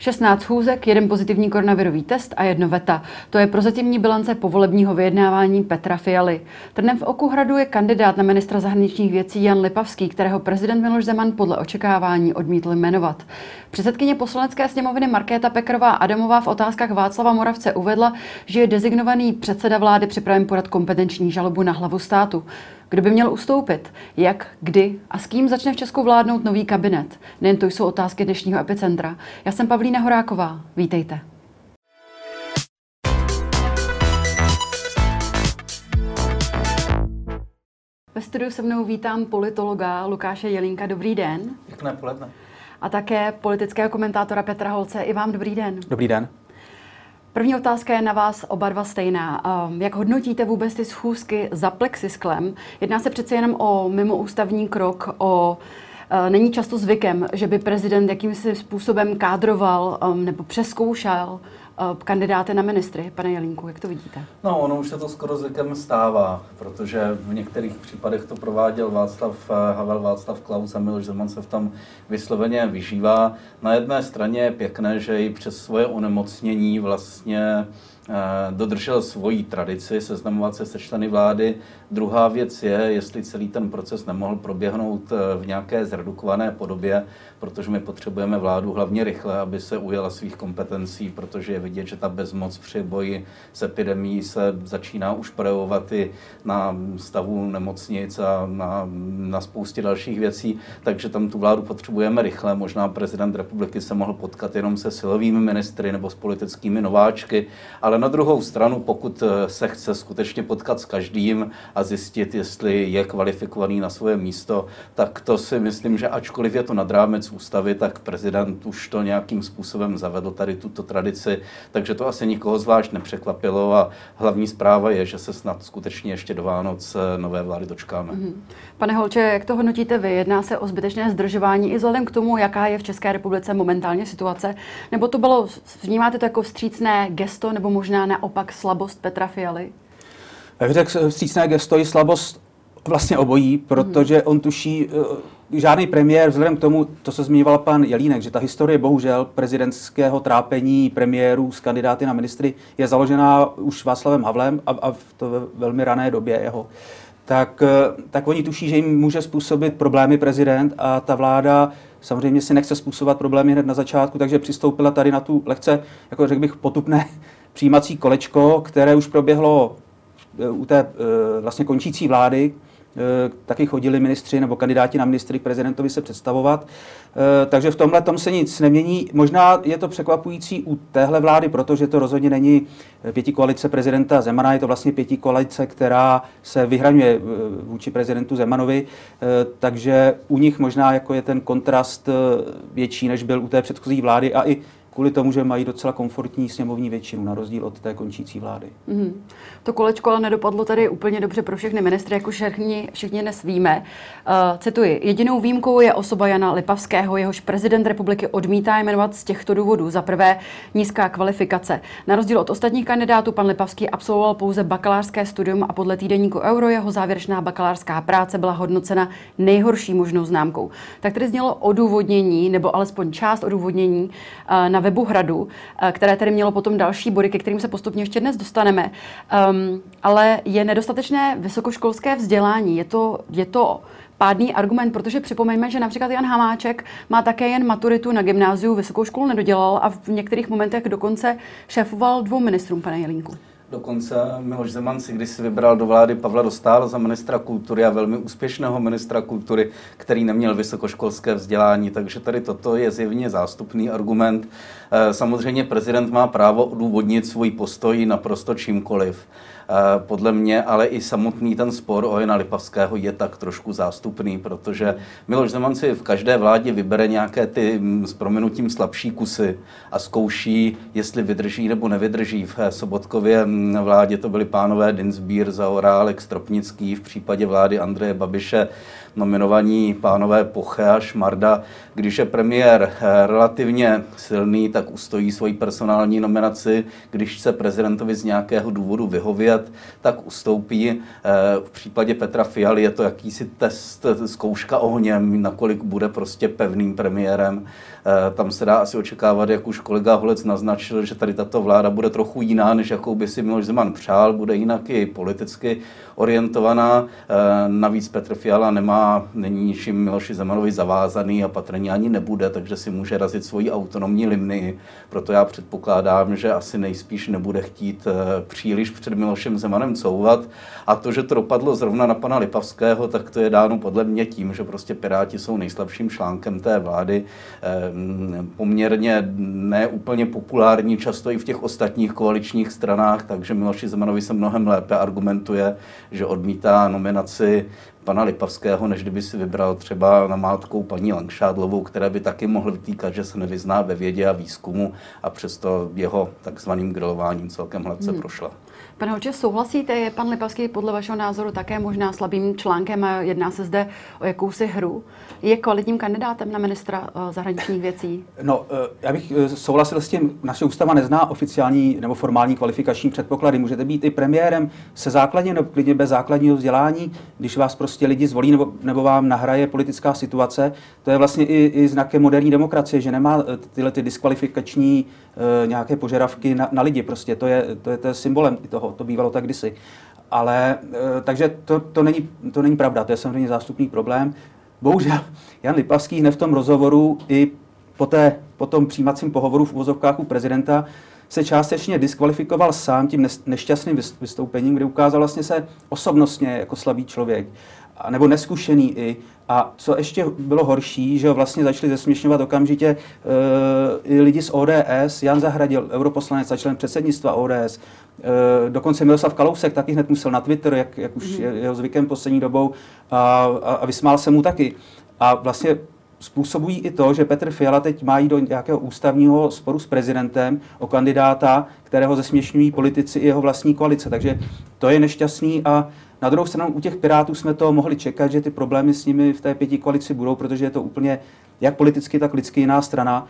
16 schůzek, 1 pozitivní koronavirový test a 1 veta. To je prozatímní bilance povolebního vyjednávání Petra Fialy. Trnem v oku Hradu je kandidát na ministra zahraničních věcí Jan Lipavský, kterého prezident Miloš Zeman podle očekávání odmítl jmenovat. Předsedkyně Poslanecké sněmovny Markéta Pekarová Adamová v otázkách Václava Moravce uvedla, že je designovaný předseda vlády připraven podat kompetenční žalobu na hlavu státu. Kdo by měl ustoupit? Jak, kdy a s kým začne v Česku vládnout nový kabinet? Nejen to jsou otázky dnešního Epicentra. Já jsem Pavlína Horáková. Vítejte. Ve studiu se mnou vítám politologa Lukáše Jelínka. Dobrý den. Pěkné poledne. A také politického komentátora Petra Holce. I vám dobrý den. Dobrý den. První otázka je na vás oba dva stejná. Jak hodnotíte vůbec ty schůzky za plexisklem? Jedná se přece jenom o mimoústavní krok, není často zvykem, že by prezident jakýmsi způsobem kádroval nebo přezkoušel kandidáty na ministry. Pane Jelínku, jak to vidíte? No, ono už se to skoro zvykem stává, protože v některých případech to prováděl Václav Havel, Václav Klaus a Miloš Zeman se v tom vysloveně vyžívá. Na jedné straně je pěkné, že i přes svoje onemocnění vlastně dodržel svoji tradici seznamovat se členy vlády. Druhá věc je, jestli celý ten proces nemohl proběhnout v nějaké zredukované podobě, protože my potřebujeme vládu hlavně rychle, aby se ujala svých kompetencí, protože je vidět, že ta bezmoc při boji s epidemií se začíná už projevovat i na stavu nemocnic a na spoustě dalších věcí, takže tam tu vládu potřebujeme rychle. Možná prezident republiky se mohl potkat jenom se silovými ministry nebo s politickými nováčky, ale na druhou stranu, pokud se chce skutečně potkat s každým a zjistit, jestli je kvalifikovaný na svoje místo, tak to si myslím, že ačkoliv je to nad rámec ústavy, tak prezident už to nějakým způsobem zavedl tady tuto tradici, takže to asi nikoho zvlášť nepřekvapilo a hlavní zpráva je, že se snad skutečně ještě do Vánoc nové vlády dočkáme. Pane Holče, jak to hodnotíte vy? Jedná se o zbytečné zdržování i vzhledem k tomu, jaká je v České republice momentálně situace? Nebo to bylo, vnímáte to jako vstřícné gesto nebo možná naopak slabost Petra Fialy? Já bych řekl vstřícné gesto i slabost vlastně obojí, protože on tuší, žádný premiér, vzhledem k tomu, to se zmiňoval pan Jelínek, že ta historie bohužel prezidentského trápení premiérů s kandidáty na ministry je založená už Václavem Havlem a v to velmi rané době jeho. Tak oni tuší, že jim může způsobit problémy prezident a ta vláda samozřejmě si nechce způsobovat problémy hned na začátku, takže přistoupila tady na tu lehce, jako řekl bych, potupné přijímací kolečko, které už proběhlo u té vlastně končící vlády. Taky chodili ministři nebo kandidáti na ministry k prezidentovi se představovat. Takže v tomhle tom se nic nemění. Možná je to překvapující u téhle vlády, protože to rozhodně není pětikoalice prezidenta Zemana, je to vlastně pětikoalice, která se vyhraňuje vůči prezidentu Zemanovi, takže u nich možná jako je ten kontrast větší, než byl u té předchozí vlády a i kvůli tomu, že mají docela komfortní sněmovní většinu, na rozdíl od té končící vlády. To kolečko ale nedopadlo tady úplně dobře pro všechny ministry, jak už všichni dnes víme. Cituji, jedinou výjimkou je osoba Jana Lipavského, jehož prezident republiky odmítá jmenovat z těchto důvodů. Za prvé nízká kvalifikace. Na rozdíl od ostatních kandidátů pan Lipavský absolvoval pouze bakalářské studium a podle týdeníku Euro jeho závěrečná bakalářská práce byla hodnocena nejhorší možnou známkou. Tak tedy znělo odůvodnění, nebo alespoň část odůvodnění na webu Hradu, které tedy mělo potom další body, ke kterým se postupně ještě dnes dostaneme. Ale je nedostatečné vysokoškolské vzdělání. Je to pádný argument, protože připomeňme, že například Jan Hamáček má také jen maturitu na gymnáziu, vysokou školu nedodělal a v některých momentech dokonce šéfoval 2 ministrům, pane Jelínku. Dokonce Miloš Zeman si kdysi vybral do vlády Pavla Dostála za ministra kultury a velmi úspěšného ministra kultury, který neměl vysokoškolské vzdělání, takže tady toto je zjevně zástupný argument. Samozřejmě prezident má právo odůvodnit svůj postoj naprosto čímkoliv. Podle mě ale i samotný ten spor o Jana Lipavského je tak trošku zástupný, protože Miloš Zeman si v každé vládě vybere nějaké ty s prominutím slabší kusy a zkouší, jestli vydrží nebo nevydrží. V Sobotkově vládě to byli pánové Dienstbier, Zaorálek, Stropnický, v případě vlády Andreje Babiše nominovaní pánové Poche a Šmarda. Když je premiér relativně silný, tak ustojí svoji personální nominaci. Když chce prezidentovi z nějakého důvodu vyhovět, tak ustoupí. V případě Petra Fialy je to jakýsi test, zkouška ohněm, nakolik bude prostě pevným premiérem. Tam se dá asi očekávat, jak už kolega Holec naznačil, že tady tato vláda bude trochu jiná, než jakou by si Miloš Zeman přál, bude jinak i politicky orientovaná. Navíc Petr Fiala není ničím Miloši Zemanovi zavázaný a patrně ani nebude, takže si může razit svoji autonomní linii. Proto já předpokládám, že asi nejspíš nebude chtít příliš před Milošem Zemanem couvat. A to, že to dopadlo zrovna na pana Lipavského, tak to je dáno podle mě tím, že prostě Piráti jsou nejslabším článkem té vlády. Poměrně neúplně populární, často i v těch ostatních koaličních stranách, takže Miloši Zemanovi se mnohem lépe argumentuje, že odmítá nominaci pana Lipavského, než kdyby si vybral třeba namátkou paní Langšádlovou, které by taky mohl vytýkat, že se nevyzná ve vědě a výzkumu a přesto jeho takzvaným grilováním celkem hladce prošla. Pane Hoče, souhlasíte, je pan Lipavský podle vašeho názoru také možná slabým článkem a jedná se zde o jakousi hru? Je kvalitním kandidátem na ministra zahraničních věcí? No, já bych souhlasil s tím, naše ústava nezná oficiální nebo formální kvalifikační předpoklady. Můžete být i premiérem se základním nebo klidně bez základního vzdělání, když vás prostě lidi zvolí nebo vám nahraje politická situace. To je vlastně i znakem moderní demokracie, že nemá tyhle ty diskvalifikační nějaké požadavky na lidi. Prostě to je symbolem toho, to bývalo tak kdysi. Ale takže to není pravda, to je samozřejmě zástupný problém. Bohužel Jan Lipavský hned v tom rozhovoru i po tom přijímacím pohovoru v uvozovkách u prezidenta se částečně diskvalifikoval sám tím nešťastným vystoupením, kde ukázal vlastně se osobnostně jako slabý člověk, nebo neskušený i. A co ještě bylo horší, že ho vlastně začali zesměšňovat okamžitě i lidi z ODS, Jan Zahradil, europoslanec a člen předsednictva ODS, dokonce Miroslav Kalousek taky hned musel na Twitter, jak už je jeho zvykem poslední dobou, a vysmál se mu taky. A vlastně způsobují i to, že Petr Fiala teď má jít do nějakého ústavního sporu s prezidentem o kandidáta, kterého zesměšňují politici i jeho vlastní koalice. Takže to je nešťastný a na druhou stranu u těch Pirátů jsme to mohli čekat, že ty problémy s nimi v té pětikoalici budou, protože je to úplně jak politicky, tak lidsky jiná strana.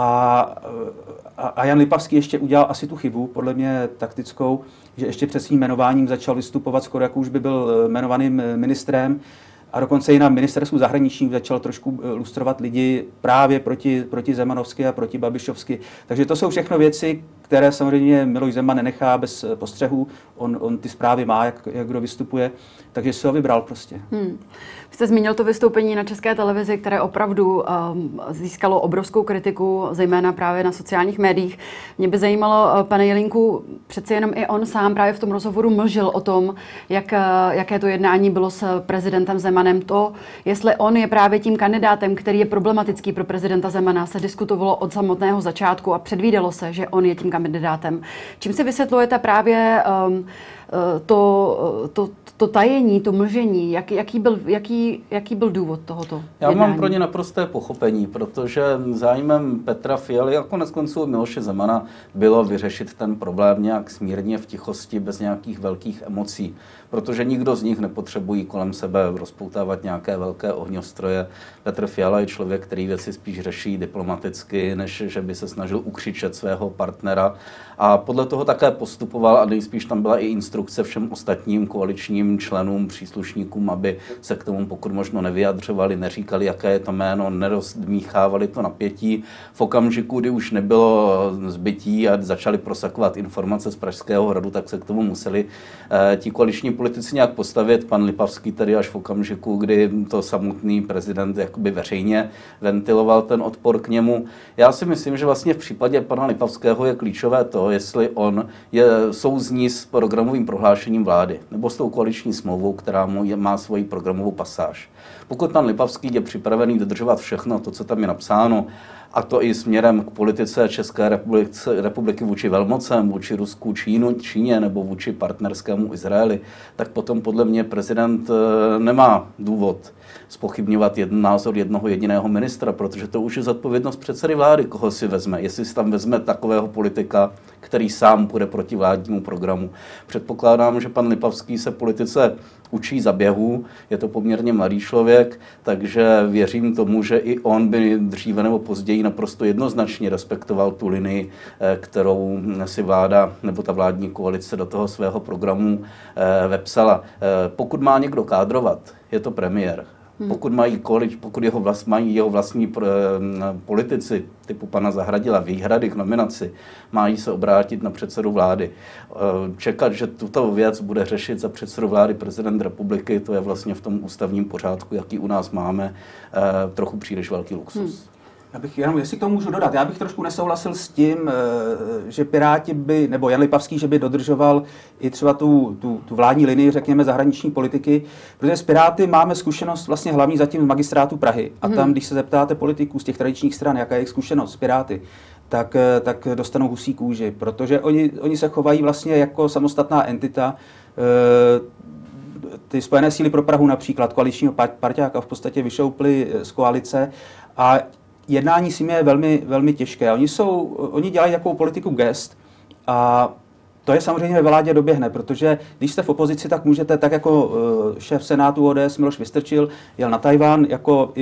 A Jan Lipavský ještě udělal asi tu chybu, podle mě taktickou, že ještě před svým jmenováním začal vystupovat skoro jako už by byl jmenovaným ministrem. A dokonce i na ministerstvu zahraničí začal trošku lustrovat lidi právě proti Zemanovsky a proti Babišovsky. Takže to jsou všechno věci, které samozřejmě Miloš Zeman nenechá bez postřehu. On ty zprávy má, jak kdo vystupuje, takže si ho vybral prostě. Vy jste zmínil to vystoupení na České televizi, které opravdu získalo obrovskou kritiku, zejména právě na sociálních médiích. Mě by zajímalo, pane Jelínku, přeci jenom i on sám právě v tom rozhovoru mlžil o tom, jaké to jednání bylo s prezidentem Zemanem. To, jestli on je právě tím kandidátem, který je problematický pro prezidenta Zemana, se diskutovalo od samotného začátku a předvídalo se, že on je tím kandidátem. Čím si vysvětlujete právě to tajení, to mlžení, jaký byl důvod tohoto jednání? Já mám pro ně naprosté pochopení, protože zájmem Petra Fialy a koneckonců Miloše Zemana bylo vyřešit ten problém nějak smírně v tichosti, bez nějakých velkých emocí, protože nikdo z nich nepotřebují kolem sebe rozpoutávat nějaké velké ohňostroje. Petr Fiala je člověk, který věci spíš řeší diplomaticky, než že by se snažil ukřičet svého partnera. A podle toho také postupoval a nejspíš tam byla i instrukce všem ostatním koaličním členům, příslušníkům, aby se k tomu pokud možno nevyjadřovali, neříkali, jaké je to jméno, nerozdmíchávali to napětí. V okamžiku, kdy už nebylo zbytí a začali prosakovat informace z Pražského hradu, tak se k tomu museli ti koaliční politici nějak postavit. Pan Lipavský tedy až v okamžiku, kdy to samotný prezident jakoby veřejně ventiloval ten odpor k němu. Já si myslím, že vlastně v případě pana Lipavského je klíčové to, jestli on souzní s programovým prohlášením vlády nebo s tou koaliční smlouvou, která má svoji programovou pasáž. Pokud pan Lipavský je připravený dodržovat všechno to, co tam je napsáno, a to i směrem k politice České republiky vůči velmocem, vůči Rusku, Číně nebo vůči partnerskému Izraeli, tak potom podle mě prezident nemá důvod zpochybňovat názor jednoho jediného ministra, protože to už je zodpovědnost předsedy vlády, koho si vezme. Jestli si tam vezme takového politika, který sám půjde proti vládnímu programu. Předpokládám, že pan Lipavský se politice učí za běhu, je to poměrně mladý člověk, takže věřím tomu, že i on by dříve nebo později naprosto jednoznačně respektoval tu linii, kterou si vláda nebo ta vládní koalice do toho svého programu vepsala. Pokud má někdo kádrovat, je to premiér. Pokud mají jeho vlastní politici typu pana Zahradila výhrady k nominaci, mají se obrátit na předsedu vlády. Čekat, že tuto věc bude řešit za předsedu vlády prezident republiky, to je vlastně v tom ústavním pořádku, jaký u nás máme, trochu příliš velký luxus. Já bych jenom, jestli to můžu dodat, já bych trošku nesouhlasil s tím, že Piráti by, nebo Jan Lipavský, že by dodržoval i třeba tu vládní linii, řekněme, zahraniční politiky, protože s Piráty máme zkušenost vlastně hlavní zatím z magistrátu Prahy. A tam, když se zeptáte politiků z těch tradičních stran, jaká je jejich zkušenost s Piráty, tak dostanou husí kůži, protože oni se chovají vlastně jako samostatná entita. Ty Spojené síly pro Prahu například, koaličního parťáka v podstatě vyšoupli z koalice a jednání s nimi je velmi, velmi těžké. Oni dělají takovou politiku gest a to je samozřejmě ve vládě doběhne, protože když jste v opozici, tak můžete, tak jako šéf Senátu ODS Miloš Vystrčil jel na Tajvan jako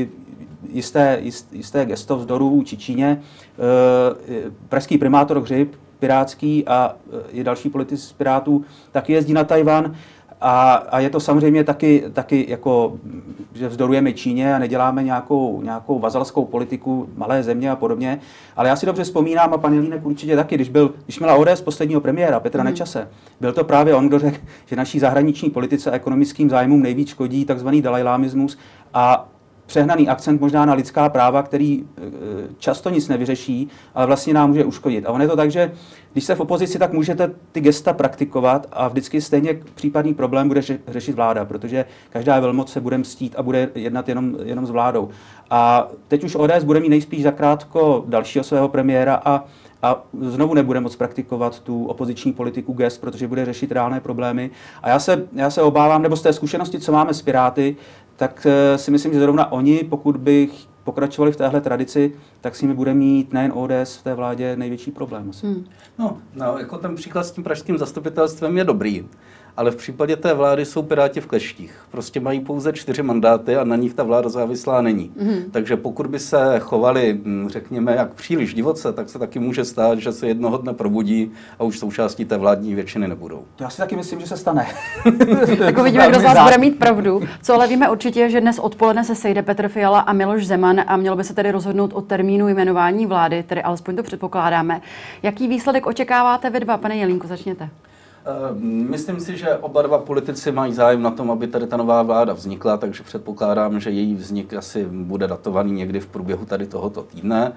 jisté gesto vzdoru vůči Číně. Pražský primátor Hřib, pirátský a i další politici z Pirátů taky jezdí na Tajvan. A je to samozřejmě taky jako, že vzdorujeme Číně a neděláme nějakou vazalskou politiku malé země a podobně. Ale já si dobře vzpomínám, a pan Jelínek určitě taky, když měla ODS posledního premiéra Petra Nečase, byl to právě on, kdo řekl, že naší zahraniční politice a ekonomickým zájmům nejvíc škodí takzvaný dalajlámismus a přehnaný akcent možná na lidská práva, který často nic nevyřeší, ale vlastně nám může uškodit. A ono je to tak, že když jste v opozici, tak můžete ty gesta praktikovat a vždycky stejně případný problém bude řešit vláda, protože každá velmoc se bude mstít a bude jednat jenom s vládou. A teď už ODS bude mít nejspíš zakrátko dalšího svého premiéra a znovu nebude moct praktikovat tu opoziční politiku gest, protože bude řešit reálné problémy. A já se obávám, nebo z té zkušenosti, co máme s Piráty, tak si myslím, že zrovna oni, pokud by pokračovali v téhle tradici, tak s nimi bude mít nejen ODS v té vládě největší problém. No, jako ten příklad s tím pražským zastupitelstvem je dobrý, ale v případě té vlády jsou Piráti v kleštích. Prostě mají pouze 4 mandáty a na nich ta vláda závislá není. Takže pokud by se chovali, řekněme, jak příliš divoce, tak se taky může stát, že se jednoho dne probudí a už součástí té vládní většiny nebudou. To já si taky myslím, že se stane. Tak uvidíme, kdo z vás bude mít pravdu. Co ale víme určitě, že dnes odpoledne se sejde Petr Fiala a Miloš Zeman a mělo by se tedy rozhodnout o termínu jmenování vlády, tedy alespoň to předpokládáme. Jaký výsledek očekáváte vy dva? Pane Jelínku, začněte. Myslím si, že oba dva politici mají zájem na tom, aby tady ta nová vláda vznikla, takže předpokládám, že její vznik asi bude datovaný někdy v průběhu tady tohoto týdne.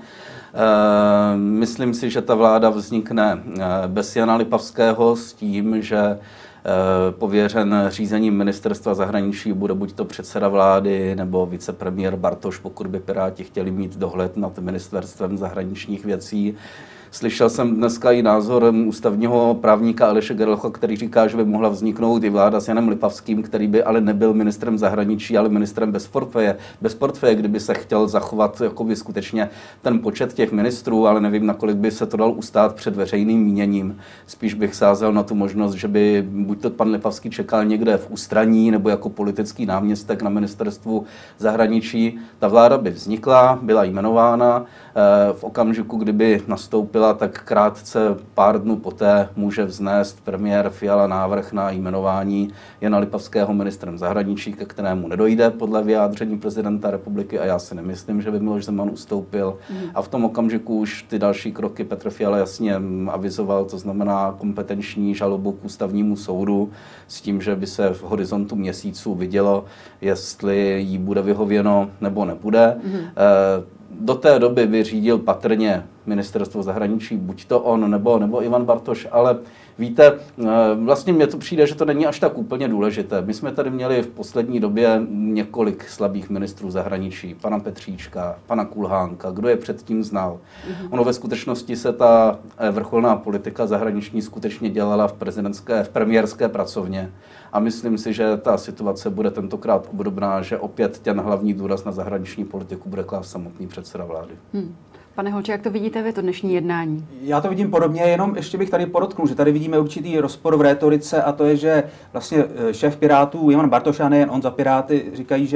Myslím si, že ta vláda vznikne bez Jana Lipavského s tím, že pověřen řízením ministerstva zahraničí bude buď to předseda vlády nebo vicepremiér Bartoš, pokud by Piráti chtěli mít dohled nad ministerstvem zahraničních věcí. Slyšel jsem dneska i názor ústavního právníka Aleše Gerlocha, který říká, že by mohla vzniknout i vláda s Janem Lipavským, který by ale nebyl ministrem zahraničí, ale ministrem bez portfeje, kdyby se chtěl zachovat jakoby skutečně ten počet těch ministrů, ale nevím, nakolik by se to dal ustát před veřejným míněním. Spíš bych sázel na tu možnost, že by buď to pan Lipavský čekal někde v ústraní nebo jako politický náměstek na ministerstvu zahraničí. Ta vláda by vznikla, byla jmenována. V okamžiku, kdyby nastoupila, tak krátce pár dnů poté může vznést premiér Fiala návrh na jmenování Jana Lipavského ministrem zahraničí, ke kterému nedojde podle vyjádření prezidenta republiky a já si nemyslím, že by Miloš Zeman ustoupil. A v tom okamžiku už ty další kroky Petr Fiala jasně avizoval, to znamená kompetenční žalobu k ústavnímu soudu s tím, že by se v horizontu měsíců vidělo, jestli jí bude vyhověno nebo nebude. Do té doby by řídil patrně ministerstvo zahraničí, buď to on, nebo Ivan Bartoš, ale Víte, vlastně mně to přijde, že to není až tak úplně důležité. My jsme tady měli v poslední době několik slabých ministrů zahraničí, pana Petříčka, pana Kulhánka, kdo je předtím znal. Ono ve skutečnosti se ta vrcholná politika zahraniční skutečně dělala v premiérské pracovně. A myslím si, že ta situace bude tentokrát obdobná, že opět ten hlavní důraz na zahraniční politiku bude klást samotný předseda vlády. Pane Holče, jak to vidíte vy, to dnešní jednání? Já to vidím podobně, jenom ještě bych tady podotknul, že tady vidíme určitý rozpor v rétorice a to je, že vlastně šéf Pirátů Ivan Bartoš, a nejen on za Piráty, říkají,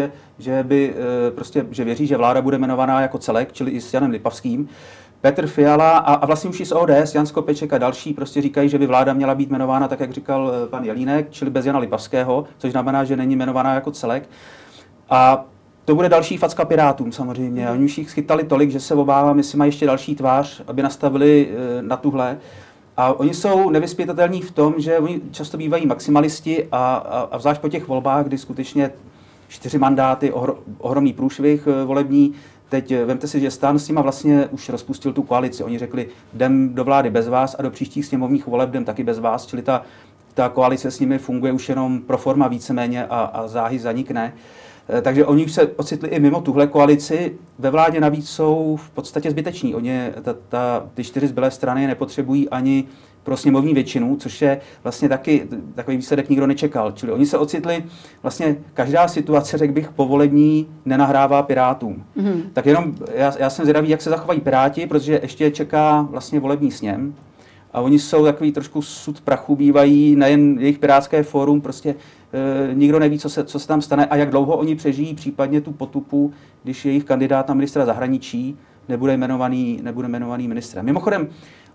že věří, že vláda bude jmenovaná jako celek, čili i s Janem Lipavským. Petr Fiala a vlastně už i z ODS, Jan Skopeček a další prostě říkají, že by vláda měla být jmenována tak, jak říkal pan Jelínek, čili bez Jana Lipavského, což znamená, že není jmenovaná jako celek. A to bude další facka Pirátům samozřejmě. Oni už jich schytali tolik, že se obávám, jestli mají ještě další tvář, aby nastavili na tuhle. A oni jsou nevyzpytatelní v tom, že oni často bývají maximalisti a zvlášť po těch volbách, kdy skutečně 4 mandáty, ohromný průšvih volební. Teď vemte si, že STAN s nima vlastně už rozpustil tu koalici. Oni řekli, jdem do vlády bez vás a do příštích sněmovních voleb jdem taky bez vás, čili ta koalice s nimi funguje už jenom pro forma víceméně a záhy zanikne. Takže oni už se ocitli i mimo tuhle koalici. Ve vládě navíc jsou v podstatě zbyteční. Ty 4 zbylé strany nepotřebují ani pro sněmovní většinu, což je vlastně taky takový výsledek nikdo nečekal. Čili oni se ocitli, vlastně každá situace, řekl bych, povolební nenahrává Pirátům. Tak jenom já jsem zvědavý, jak se zachovají Piráti, protože ještě čeká vlastně volební sněm. A oni jsou takový trošku sud prachu, bývají nejen jejich pirátské fórum, prostě nikdo neví, co se tam stane a jak dlouho oni přežijí případně tu potupu, když jejich kandidát na ministra zahraničí nebude jmenovaný ministrem. Mimochodem,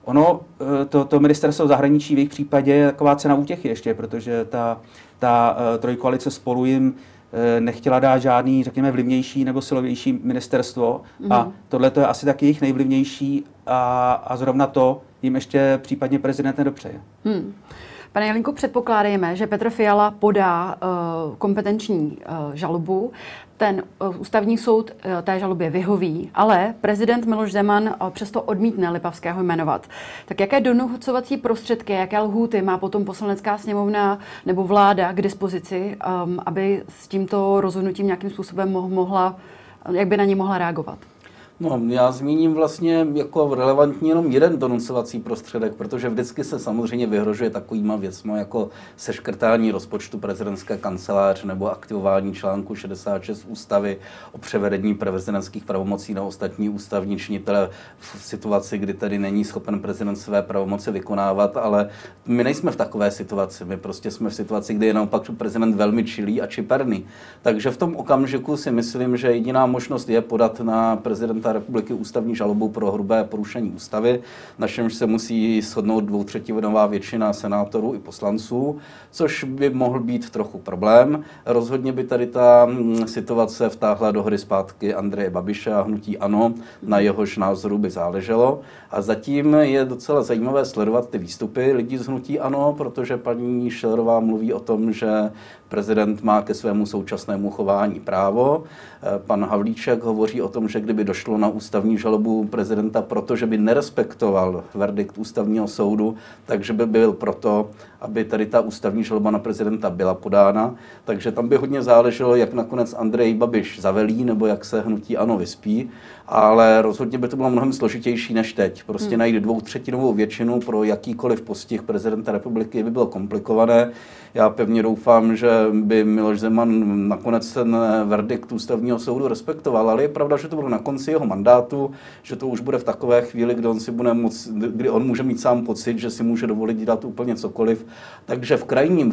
to ministerstvo zahraničí v jejich případě je taková cena útěchy ještě, protože ta trojkoalice Spolu jim nechtěla dát žádný, řekněme, vlivnější nebo silovější ministerstvo a tohle to je asi taky jejich nejvlivnější a zrovna to jim ještě případně prezident nedopřeje. Pane Jelínku, předpokládejme, že Petr Fiala podá kompetenční žalobu. Ten ústavní soud té žalobě vyhoví, ale prezident Miloš Zeman přesto odmítne Lipavského jmenovat. Tak jaké donucovací prostředky, jaké lhůty má potom Poslanecká sněmovna nebo vláda k dispozici, aby s tímto rozhodnutím nějakým způsobem mohla, jak by na ně mohla reagovat? No, já zmíním vlastně jako relevantní jenom jeden donucovací prostředek, protože vždycky se samozřejmě vyhrožuje takovýma věcma jako seškrtání rozpočtu prezidentské kanceláře nebo aktivování článku 66 ústavy o převedení prezidentských pravomocí na ostatní ústavní činitele v situaci, kdy tedy není schopen prezident své pravomoci vykonávat, ale my nejsme v takové situaci. My prostě jsme v situaci, kdy je naopak prezident velmi čilý a čiperný. Takže v tom okamžiku si myslím, že jediná možnost je podat na prezidenta republiky ústavní žalobu pro hrubé porušení ústavy, na čemž se musí shodnout 2/3 většina senátorů i poslanců, což by mohl být trochu problém. Rozhodně by tady ta situace vtáhla do hry zpátky Andreje Babiše a hnutí ANO, na jehož názoru by záleželo. A zatím je docela zajímavé sledovat ty výstupy lidí z hnutí ANO, protože paní Schillerová mluví o tom, že prezident má ke svému současnému chování právo. Pan Havlíček hovoří o tom, že kdyby došlo na ústavní žalobu prezidenta, protože by nerespektoval verdikt ústavního soudu, takže by byl proto, aby tady ta ústavní žaloba na prezidenta byla podána. Takže tam by hodně záleželo, jak nakonec Andrej Babiš zavelí, nebo jak se hnutí ANO vyspí, ale rozhodně by to bylo mnohem složitější než teď. Prostě najít 2/3 většinu pro jakýkoliv postih prezidenta republiky by bylo komplikované. Já pevně doufám, že by Miloš Zeman nakonec ten verdikt ústavního soudu respektoval, ale je pravda, že to bylo na konci jeho mandátu, že to už bude v takové chvíli, kdy on může mít sám pocit, že si může dovolit dělat úplně cokoliv. Takže v krajním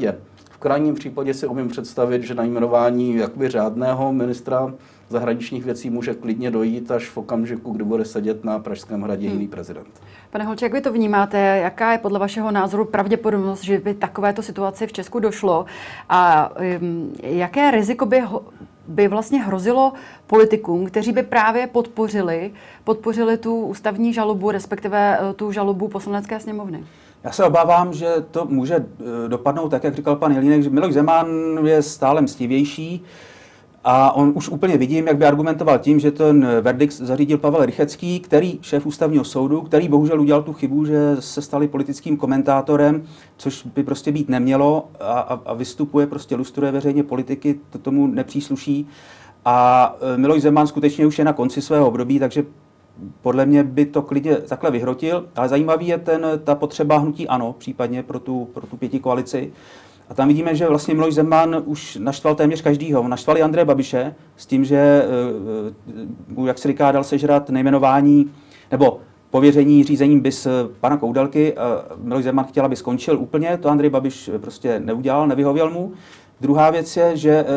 případě si umím představit, že na jmenování jakoby řádného ministra zahraničních věcí může klidně dojít až v okamžiku, kdy bude sedět na Pražském hradě jiný prezident. Pane Holče, jak vy to vnímáte? Jaká je podle vašeho názoru pravděpodobnost, že by takovéto situaci v Česku došlo? A jaké riziko by vlastně hrozilo politikům, kteří by právě podpořili tu ústavní žalobu, respektive tu žalobu Poslanecké sněmovny? Já se obávám, že to může dopadnout tak, jak říkal pan Jelínek, že Miloš Zeman je stále mstivější A on už úplně vidím, jak by argumentoval tím, že ten verdikt zařídil Pavel Rychecký, který šéf ústavního soudu, který bohužel udělal tu chybu, že se stali politickým komentátorem, což by prostě být nemělo a vystupuje, prostě lustruje veřejně politiky, to tomu nepřísluší. A Miloš Zeman skutečně už je na konci svého období, takže podle mě by to klidně takhle vyhrotil, ale zajímavý je ta potřeba hnutí ANO, případně pro tu pětikoalici. A tam vidíme, že vlastně Miloš Zeman už naštval téměř každýho. Naštval i Andreje Babiše s tím, že, jak se říká, dal sežrat nejmenování nebo pověření řízením BIS pana Koudelky. Miloš Zeman chtěl, aby skončil úplně, to Andrej Babiš prostě neudělal, nevyhověl mu. Druhá věc je,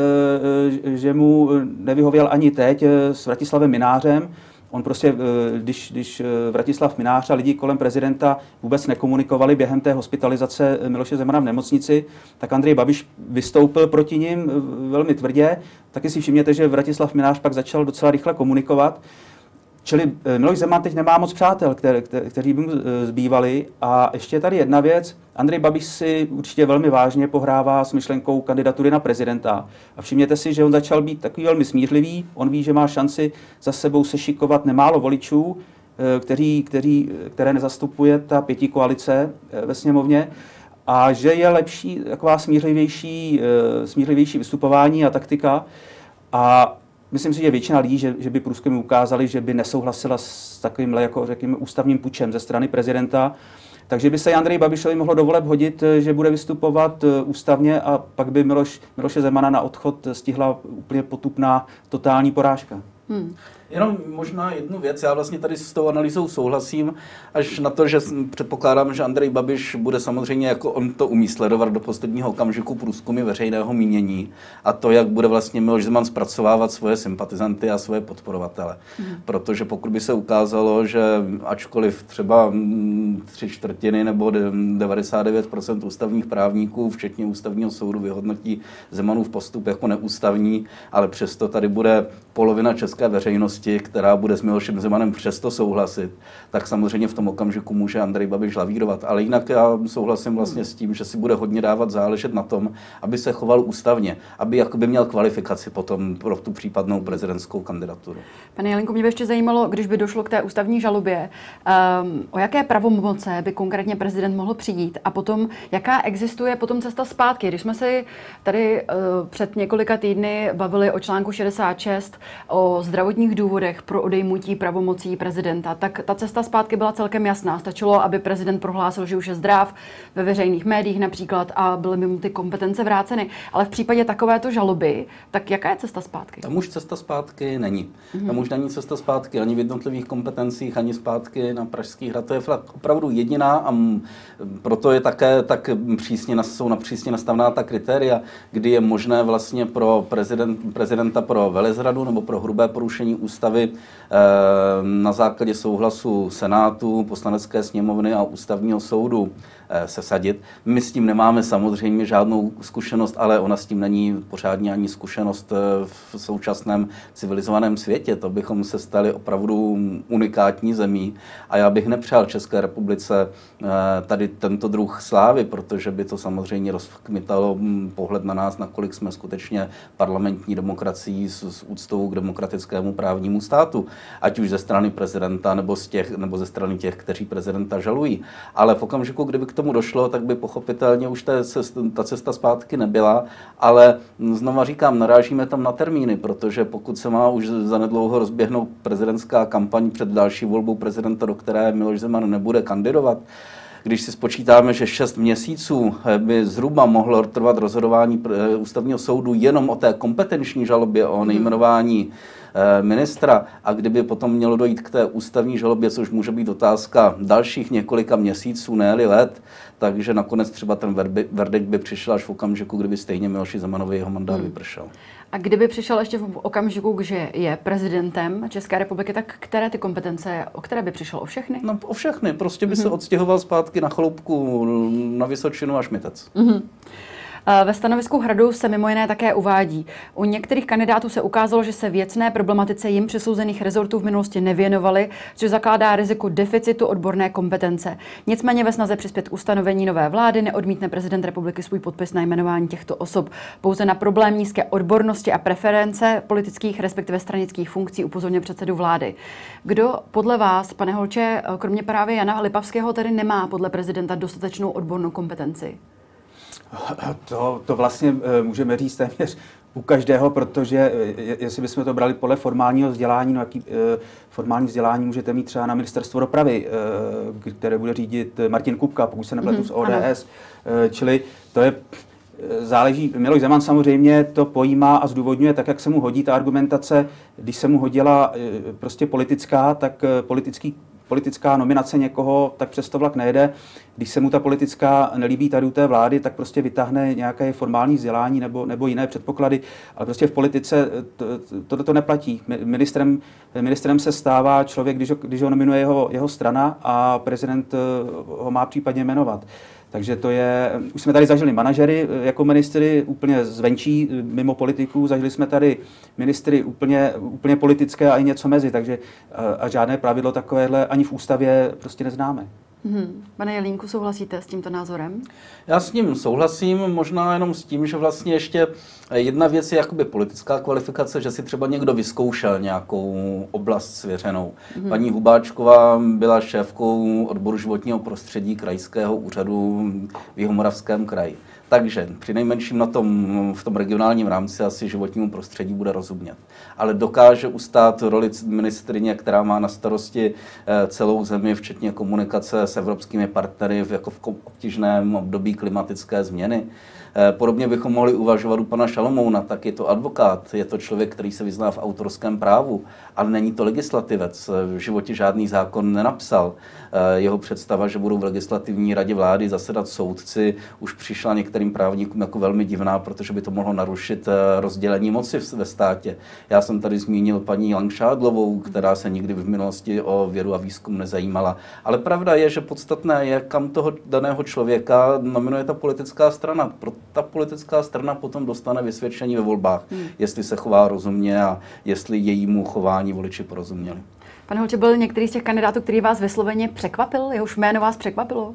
že mu nevyhověl ani teď s Vratislavem Mynářem. On prostě, když Vratislav Mynář a lidi kolem prezidenta vůbec nekomunikovali během té hospitalizace Miloše Zemana v nemocnici, tak Andrej Babiš vystoupil proti nim velmi tvrdě. Taky si všimněte, že Vratislav Mynář pak začal docela rychle komunikovat. Čili Miloš Zeman teď nemá moc přátel, kteří by mu zbývali. A ještě tady jedna věc. Andrej Babiš si určitě velmi vážně pohrává s myšlenkou kandidatury na prezidenta. A všimněte si, že on začal být takový velmi smířlivý. On ví, že má šanci za sebou sešikovat nemálo voličů, které nezastupuje ta pětikoalice ve sněmovně. A že je lepší taková smířlivější vystupování a taktika. A myslím si, že většina lidí, že by průzkumy ukázaly, že by nesouhlasila s takovýmhle, jako řekněme, ústavním pučem ze strany prezidenta. Takže by se Andreji Babišovi mohlo do voleb hodit, že bude vystupovat ústavně a pak by Miloše Zemana na odchod stihla úplně potupná totální porážka. Jenom možná jednu věc, já vlastně tady s tou analýzou souhlasím, až na to, že předpokládám, že Andrej Babiš bude samozřejmě, jako on to umí sledovat do posledního okamžiku průzkumy veřejného mínění a to, jak bude vlastně Miloš Zeman zpracovávat svoje sympatizanty a svoje podporovatele. Protože pokud by se ukázalo, že ačkoliv třeba 3/4 nebo 99% ústavních právníků, včetně ústavního soudu, vyhodnotí Zemanův postup jako neústavní, ale přesto tady bude polovina české veřejnosti, která bude s Milošem Zemanem přesto souhlasit, tak samozřejmě v tom okamžiku může Andrej Babiš lavírovat. Ale jinak já souhlasím vlastně s tím, že si bude hodně dávat záležet na tom, aby se choval ústavně, aby jakoby měl kvalifikaci potom pro tu případnou prezidentskou kandidaturu. Pane Jelínku, mě by ještě zajímalo, když by došlo k té ústavní žalobě, o jaké pravomoce by konkrétně prezident mohl přijít a potom, jaká existuje potom cesta zpátky. Když jsme si tady před několika týdny bavili o článku 66, o zdravotních důvodech pro odejmutí pravomocí prezidenta, tak ta cesta zpátky byla celkem jasná. Stačilo, aby prezident prohlásil, že už je zdrav ve veřejných médiích například a byly mu ty kompetence vráceny. Ale v případě takovéto žaloby, tak jaká je cesta zpátky? Tam už cesta zpátky není. Tam už není cesta zpátky ani v jednotlivých kompetencích, ani zpátky na Pražský hrad. To je opravdu jediná a proto je také tak jsou přísně nastavená ta kritéria, kdy je možné vlastně pro prezidenta pro velezradu nebo pro hrubé porušení ústavy na základě souhlasu Senátu, Poslanecké sněmovny a ústavního soudu sesadit. My s tím nemáme samozřejmě žádnou zkušenost, ale ona s tím není pořádně ani zkušenost v současném civilizovaném světě. To bychom se stali opravdu unikátní zemí a já bych nepřál České republice tady tento druh slávy, protože by to samozřejmě rozkmitalo pohled na nás, nakolik jsme skutečně parlamentní demokracií s úctou k demokratickému právnímu státu, ať už ze strany prezidenta nebo ze strany těch, kteří prezidenta žalují. Ale v okamžiku, kdyby k tomu došlo, tak by pochopitelně už ta cesta zpátky nebyla, ale znova říkám, narážíme tam na termíny, protože pokud se má už zanedlouho rozběhnout prezidentská kampaň před další volbou prezidenta, do které Miloš Zeman nebude kandidovat, když si spočítáme, že 6 měsíců by zhruba mohlo trvat rozhodování ústavního soudu jenom o té kompetenční žalobě, o nejmenování ministra a kdyby potom mělo dojít k té ústavní žalobě, což může být otázka dalších několika měsíců, ne-li let, takže nakonec třeba ten verdikt by přišel až v okamžiku, kdyby stejně Miloši Zemanovi jeho mandát vypršel. A kdyby přišel ještě v okamžiku, že je prezidentem České republiky, tak které ty kompetence, o které by přišel? O všechny? No, o všechny. Prostě by se odstěhoval zpátky na Chaloupku, na Vysočinu a Šmitec. Ve stanovisku Hradu se mimo jiné také uvádí: u některých kandidátů se ukázalo, že se věcné problematice jim přisouzených rezortů v minulosti nevěnovali, což zakládá riziko deficitu odborné kompetence. Nicméně ve snaze přispět k ustanovení nové vlády neodmítne prezident republiky svůj podpis na jmenování těchto osob. Pouze na problém nízké odbornosti a preference politických, respektive stranických funkcí upozorňuje předsedu vlády. Kdo podle vás, pane Holče, kromě právě Jana Lipavského, tedy nemá podle prezidenta dostatečnou odbornou kompetenci? To vlastně můžeme říct téměř u každého, protože jestli bychom to brali podle formálního vzdělání, no jaký formální vzdělání můžete mít třeba na ministerstvo dopravy, které bude řídit Martin Kupka, pokud se nepletu z ODS, čili to je záleží. Miloš Zeman samozřejmě to pojímá a zdůvodňuje tak, jak se mu hodí ta argumentace. Když se mu hodila prostě politická, tak politická nominace někoho, tak přes to vlak nejede. Když se mu ta politická nelíbí tady u té vlády, tak prostě vytáhne nějaké formální vzdělání nebo jiné předpoklady. Ale prostě v politice to neplatí. Ministrem se stává člověk, když ho nominuje jeho strana a prezident ho má případně jmenovat. Takže to je, už jsme tady zažili manažery jako ministry úplně zvenčí, mimo politiku, zažili jsme tady ministry úplně politické a i něco mezi, takže a žádné pravidlo takovéhle ani v ústavě prostě neznáme. Pane Jelínku, souhlasíte s tímto názorem? Já s ním souhlasím, možná jenom s tím, že vlastně ještě jedna věc je jakoby politická kvalifikace, že si třeba někdo vyzkoušel nějakou oblast svěřenou. Paní Hubáčková byla šéfkou odboru životního prostředí krajského úřadu v Jihomoravském kraji. Takže přinejmenším v tom regionálním rámci asi životnímu prostředí bude rozumět. Ale dokáže ustát roli ministryně, která má na starosti celou zemi, včetně komunikace s evropskými partnery jako v obtížném období klimatické změny. Podobně bychom mohli uvažovat u pana Šalomouna, tak je to advokát, je to člověk, který se vyzná v autorském právu, ale není to legislativec, v životě žádný zákon nenapsal. Jeho představa, že budou v legislativní radě vlády zasedat soudci, už přišla některým právníkům jako velmi divná, protože by to mohlo narušit rozdělení moci ve státě. Já jsem tady zmínil paní Langšádlovou, která se nikdy v minulosti o vědu a výzkum nezajímala. Ale pravda je, že podstatné je, kam toho daného člověka nominuje ta politická strana. Ta politická strana potom dostane vysvědčení ve volbách, jestli se chová rozumně a jestli jejímu chování voliči porozuměli. Pane Holče, byl některý z těch kandidátů, který vás vysloveně překvapil? Jehož jméno vás překvapilo?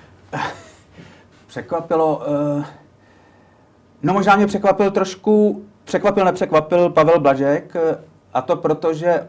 Překvapilo? No možná mě nepřekvapil Pavel Blažek, a to proto, že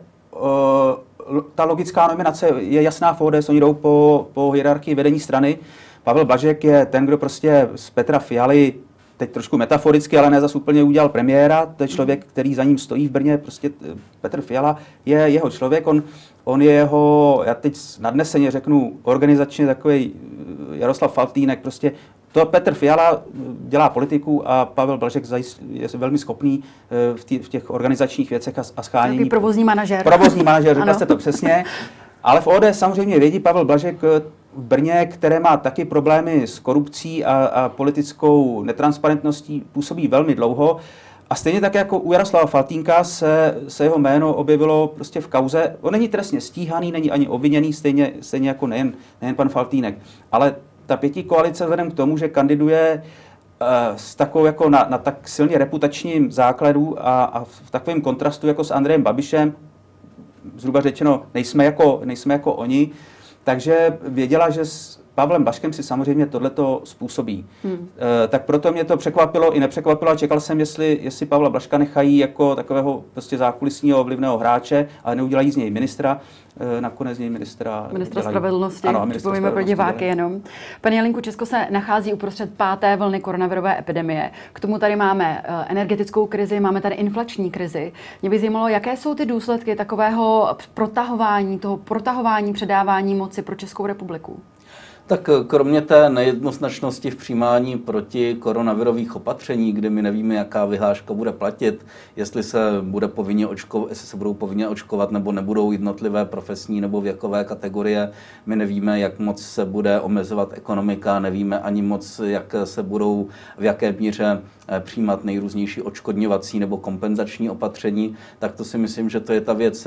ta logická nominace je jasná v ODS, oni jdou po hierarchii vedení strany. Pavel Blažek je ten, kdo prostě z Petra Fialy, teď trošku metaforicky, ale ne zas úplně udělal premiéra. To je člověk, který za ním stojí v Brně. Prostě Petr Fiala je jeho člověk. On je jeho, já teď nadneseně řeknu, organizačně takový Jaroslav Faltýnek. Prostě to Petr Fiala dělá politiku a Pavel Blažek je velmi schopný v těch organizačních věcech a schánění. Takový provozní manažer. Provozní manažer, řekla jste to přesně. Ale v ODS samozřejmě vědí Pavel Blažek v Brně, které má taky problémy s korupcí a politickou netransparentností, působí velmi dlouho. A stejně tak jako u Jaroslava Faltýnka se jeho jméno objevilo prostě v kauze. On není trestně stíhaný, není ani obviněný, stejně jako nejen pan Faltýnek. Ale ta pětikoalice vzhledem k tomu, že kandiduje s takovou jako na tak silně reputačním základu a v takovém kontrastu jako s Andrejem Babišem, zhruba řečeno, nejsme jako oni, takže věděla, že s Pavlem Blažkem si samozřejmě tohleto způsobí. Tak proto mě to překvapilo i nepřekvapilo a čekal jsem, jestli Pavla Blažka nechají jako takového prostě zákulisního vlivného hráče, ale neudělají z něj ministra. Nakonec z něj ministra spravedlnosti. Ano, připomíme pro diváky jenom. Pane Jelínku, Česko se nachází uprostřed 5. vlny koronavirové epidemie. K tomu tady máme energetickou krizi, máme tady inflační krizi. Mě by zajímalo, jaké jsou ty důsledky takového protahování předávání moci pro Českou republiku? Tak kromě té nejednoznačnosti v přijímání proti koronavirových opatření, kdy my nevíme, jaká vyhláška bude platit, jestli se budou povinně očkovat nebo nebudou jednotlivé profesní nebo věkové kategorie, my nevíme, jak moc se bude omezovat ekonomika, nevíme ani moc, jak se budou v jaké míře přijímat nejrůznější odškodňovací nebo kompenzační opatření, tak to si myslím, že to je ta věc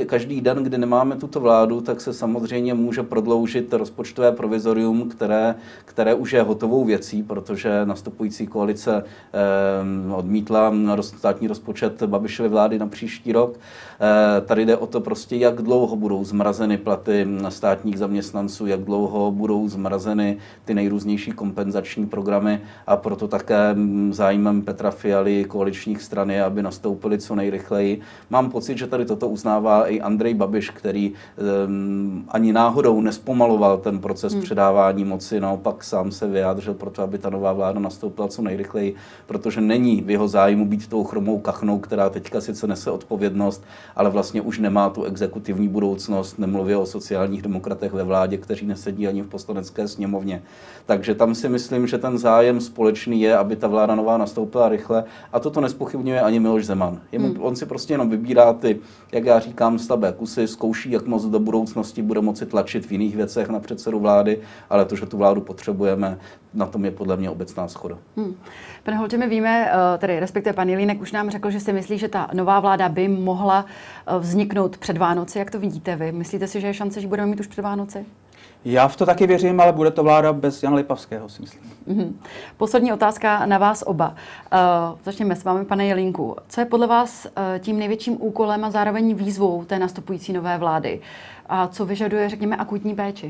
každý den, kdy nemáme tuto vládu, tak se samozřejmě může prodloužit rozpočtové provizorium, které už je hotovou věcí, protože nastupující koalice odmítla státní rozpočet Babišovy vlády na příští rok. Tady jde o to prostě, jak dlouho budou zmrazeny platy státních zaměstnanců, jak dlouho budou zmrazeny ty nejrůznější kompenzační programy a proto také zájmem Petra Fialy koaličních stran je, aby nastoupili co nejrychleji. Mám pocit, že tady toto uznává i Andrej Babiš, který ani náhodou nespomaloval ten proces předávání moci, naopak sám se vyjádřil pro to, aby ta nová vláda nastoupila co nejrychleji, protože není v jeho zájmu být tou chromou kachnou, která teďka sice nese odpovědnost, ale vlastně už nemá tu exekutivní budoucnost, nemluví o sociálních demokratech ve vládě, kteří nesedí ani v Poslanecké sněmovně. Takže tam si myslím, že ten zájem společný je, aby ta vláda nová nastoupila rychle a toto nezpochybňuje ani Miloš Zeman. On si prostě jenom vybírá ty, jak já říkám, slabé kusy, zkouší, jak moc do budoucnosti bude moci tlačit v jiných věcech na předsedu vlády, ale to, že tu vládu potřebujeme, na tom je podle mě obecná shoda. Pane Holče, my víme, tedy respektive pan Jelínek už nám řekl, že si myslí, že ta nová vláda by mohla vzniknout před Vánoci. Jak to vidíte vy? Myslíte si, že je šance, že budeme mít už před Vánoci? Já v to taky věřím, ale bude to vláda bez Jana Lipavského, si myslím. Poslední otázka na vás oba. Začněme s vámi, pane Jelínku. Co je podle vás tím největším úkolem a zároveň výzvou té nastupující nové vlády? A co vyžaduje, řekněme, akutní péči?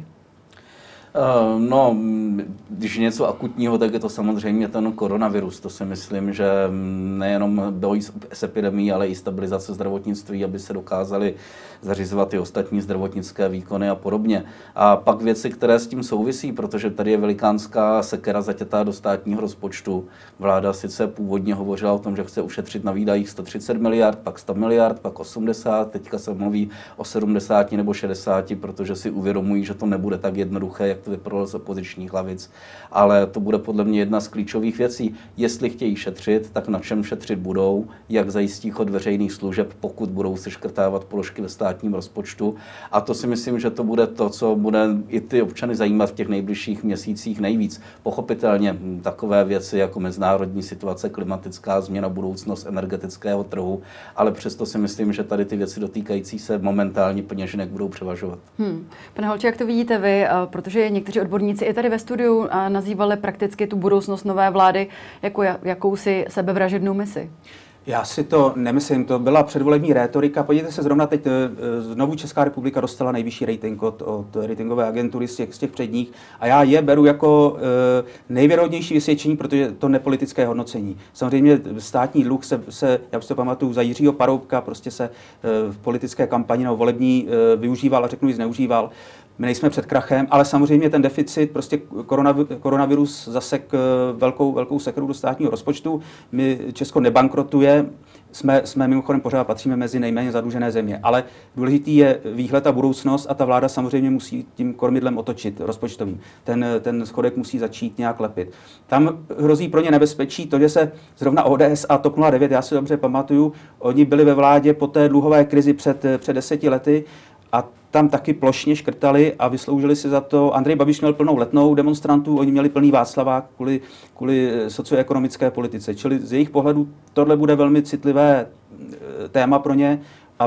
No, když něco akutního, tak je to samozřejmě ten koronavirus. To si myslím, že nejenom boj s epidemií, ale i stabilizace zdravotnictví, aby se dokázaly zařizovat i ostatní zdravotnické výkony a podobně. A pak věci, které s tím souvisí, protože tady je velikánská sekera zatětá do státního rozpočtu. Vláda sice původně hovořila o tom, že chce ušetřit na výdajích 130 miliard, pak 100 miliard, pak 80, teďka se mluví o 70 nebo 60, protože si uvědomují, že to nebude tak jednoduché, jak to vypadalo z opozičních hlavic, ale to bude podle mě jedna z klíčových věcí. Jestli chtějí šetřit, tak na čem šetřit budou, jak zajistí chod veřejných služeb, pokud budou se škrtávat položky ve státním rozpočtu. A to si myslím, že to bude to, co bude i ty občany zajímat v těch nejbližších měsících nejvíc. Pochopitelně takové věci jako mezinárodní situace, klimatická změna, budoucnost energetického trhu, ale přesto si myslím, že tady ty věci dotýkající se momentálně peněženek budou převažovat. Pane Holče, jak to vidíte vy, protože někteří odborníci i tady ve studiu nazývali prakticky tu budoucnost nové vlády jako jakousi sebevražednou misi? Já si to nemyslím, to byla předvolební rétorika. Podívejte se, zrovna teď znovu Česká republika dostala nejvyšší rating od ratingové agentury z těch předních a já je beru jako nejvěrohodnější vysvědčení, protože to nepolitické hodnocení. Samozřejmě státní dluh se já už to pamatuju, za Jiřího Paroubka prostě se v politické kampani nebo volební využíval a řeknu i zneužíval. My nejsme před krachem, ale samozřejmě ten deficit, prostě koronavirus zasek velkou sekeru do státního rozpočtu. Česko nebankrotuje, jsme mimochodem pořád patříme mezi nejméně zadlužené země, ale důležitý je výhled a budoucnost a ta vláda samozřejmě musí tím kormidlem otočit rozpočtovým. Ten schodek musí začít nějak lepit. Tam hrozí pro ně nebezpečí to, že se zrovna ODS a TOP 09, já si dobře pamatuju, oni byli ve vládě po té dluhové krizi před 10 lety a tam taky plošně škrtali a vysloužili si za to. Andrej Babiš měl plnou Letnou demonstrantů, oni měli plný Václavák kvůli socioekonomické politice. Čili z jejich pohledu tohle bude velmi citlivé téma pro ně,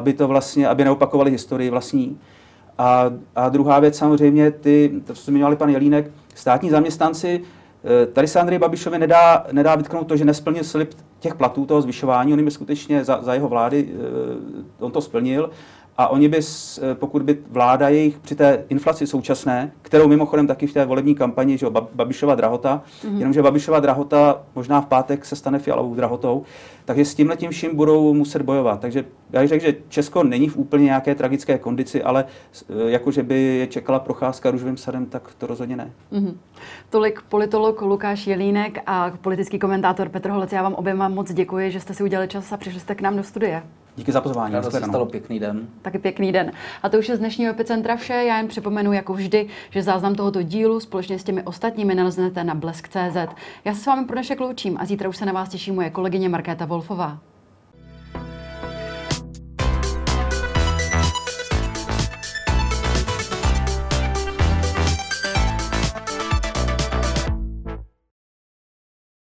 aby neopakovali historii vlastní. A druhá věc samozřejmě, to, co zmiňovali pan Jelínek, státní zaměstnanci, tady se Andrej Babišovi nedá vytknout to, že nesplnil slib těch platů, toho zvyšování. On jim skutečně za jeho vlády on to splnil. A oni by, pokud by vláda jejich při té inflaci současné, kterou mimochodem taky v té volební kampani, že Babišova drahota, jenomže Babišova drahota možná v pátek se stane Fialovou drahotou, takže s tímhletím vším budou muset bojovat. Takže já řekl, že Česko není v úplně nějaké tragické kondici, ale jakože by je čekala procházka růžovým sadem, tak to rozhodně ne. Tolik politolog Lukáš Jelínek a politický komentátor Petr Holec. Já vám oběma moc děkuji, že jste si udělali čas a přišli jste k nám do studia. Díky za pozvání. To se stalo pěkný den. Taky pěkný den. A to už je z dnešního Epicentra vše. Já jen připomenu jako vždy, že záznam tohoto dílu společně s těmi ostatními naleznete na blesk.cz. Já se s vámi pro dnešek loučím a zítra už se na vás těší moje kolegyně Markéta Wolfová.